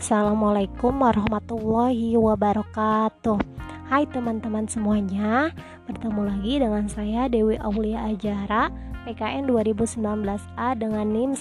Assalamualaikum warahmatullahi wabarakatuh. Hai teman-teman semuanya, bertemu lagi dengan saya Dewi Aulia Ajara, PKN 2019A dengan NIM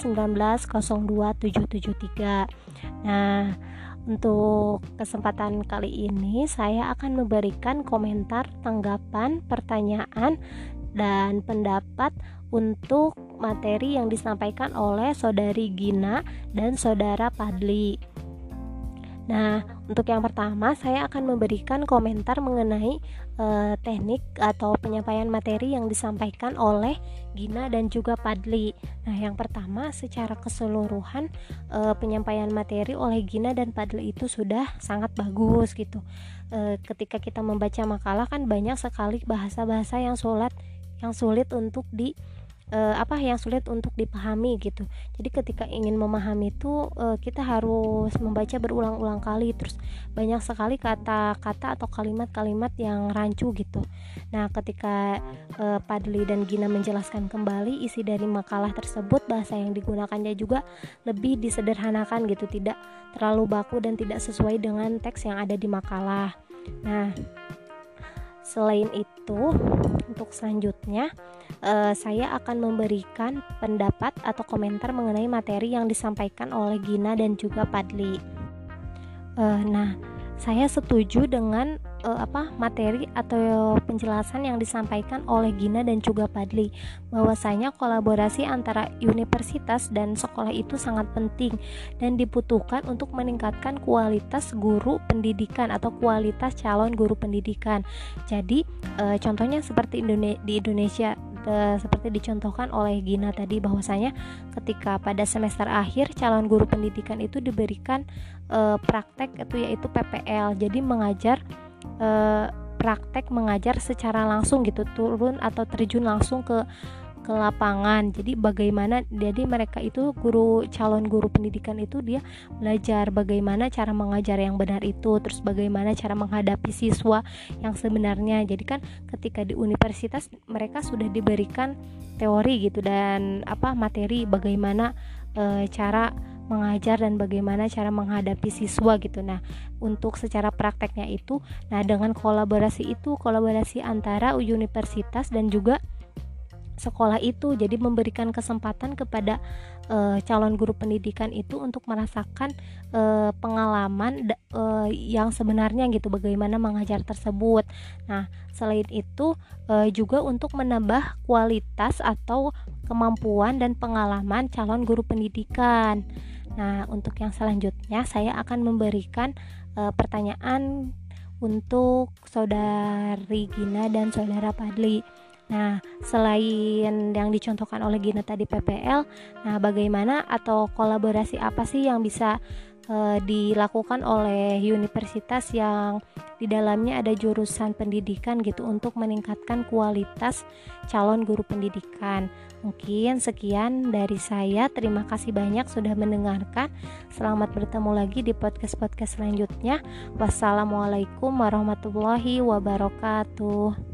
1902773. Nah, untuk kesempatan kali ini saya akan memberikan komentar, tanggapan, pertanyaan, dan pendapat untuk materi yang disampaikan oleh Saudari Gina dan Saudara Padli. Nah, untuk yang pertama saya akan memberikan komentar mengenai teknik atau penyampaian materi yang disampaikan oleh Gina dan juga Padli. Nah, yang pertama secara keseluruhan penyampaian materi oleh Gina dan Padli itu sudah sangat bagus gitu. Ketika kita membaca makalah kan banyak sekali bahasa-bahasa yang sulit untuk dipahami gitu. Jadi ketika ingin memahami itu kita harus membaca berulang-ulang kali, terus banyak sekali kata-kata atau kalimat-kalimat yang rancu gitu. Nah, ketika Padli dan Gina menjelaskan kembali isi dari makalah tersebut, bahasa yang digunakannya juga lebih disederhanakan gitu, tidak terlalu baku dan tidak sesuai dengan teks yang ada di makalah. Nah, selain itu, untuk selanjutnya saya akan memberikan pendapat atau komentar mengenai materi yang disampaikan oleh Gina dan juga Padli. Nah, saya setuju dengan materi atau penjelasan yang disampaikan oleh Gina dan juga Padli, bahwasanya kolaborasi antara universitas dan sekolah itu sangat penting dan dibutuhkan untuk meningkatkan kualitas guru pendidikan atau kualitas calon guru pendidikan. Jadi contohnya seperti di Indonesia, seperti dicontohkan oleh Gina tadi, bahwasanya ketika pada semester akhir calon guru pendidikan itu diberikan praktek yaitu PPL, jadi praktek mengajar secara langsung gitu, turun atau terjun langsung ke lapangan. Jadi mereka itu calon guru pendidikan itu dia belajar bagaimana cara mengajar yang benar itu, terus bagaimana cara menghadapi siswa yang sebenarnya. Jadi kan ketika di universitas mereka sudah diberikan teori gitu dan materi bagaimana cara mengajar dan bagaimana cara menghadapi siswa gitu. Nah, untuk secara prakteknya itu, dengan kolaborasi antara universitas dan juga sekolah itu, jadi memberikan kesempatan kepada calon guru pendidikan itu untuk merasakan pengalaman yang sebenarnya gitu, bagaimana mengajar tersebut. Nah, selain itu juga untuk menambah kualitas atau kemampuan dan pengalaman calon guru pendidikan. Nah, untuk yang selanjutnya saya akan memberikan pertanyaan untuk Saudari Gina dan Saudara Padli. Nah, selain yang dicontohkan oleh Gina tadi PPL, bagaimana atau kolaborasi apa sih yang bisa dilakukan oleh universitas yang di dalamnya ada jurusan pendidikan gitu untuk meningkatkan kualitas calon guru pendidikan. Mungkin sekian dari saya. Terima kasih banyak sudah mendengarkan. Selamat bertemu lagi di podcast selanjutnya. Wassalamualaikum warahmatullahi wabarakatuh.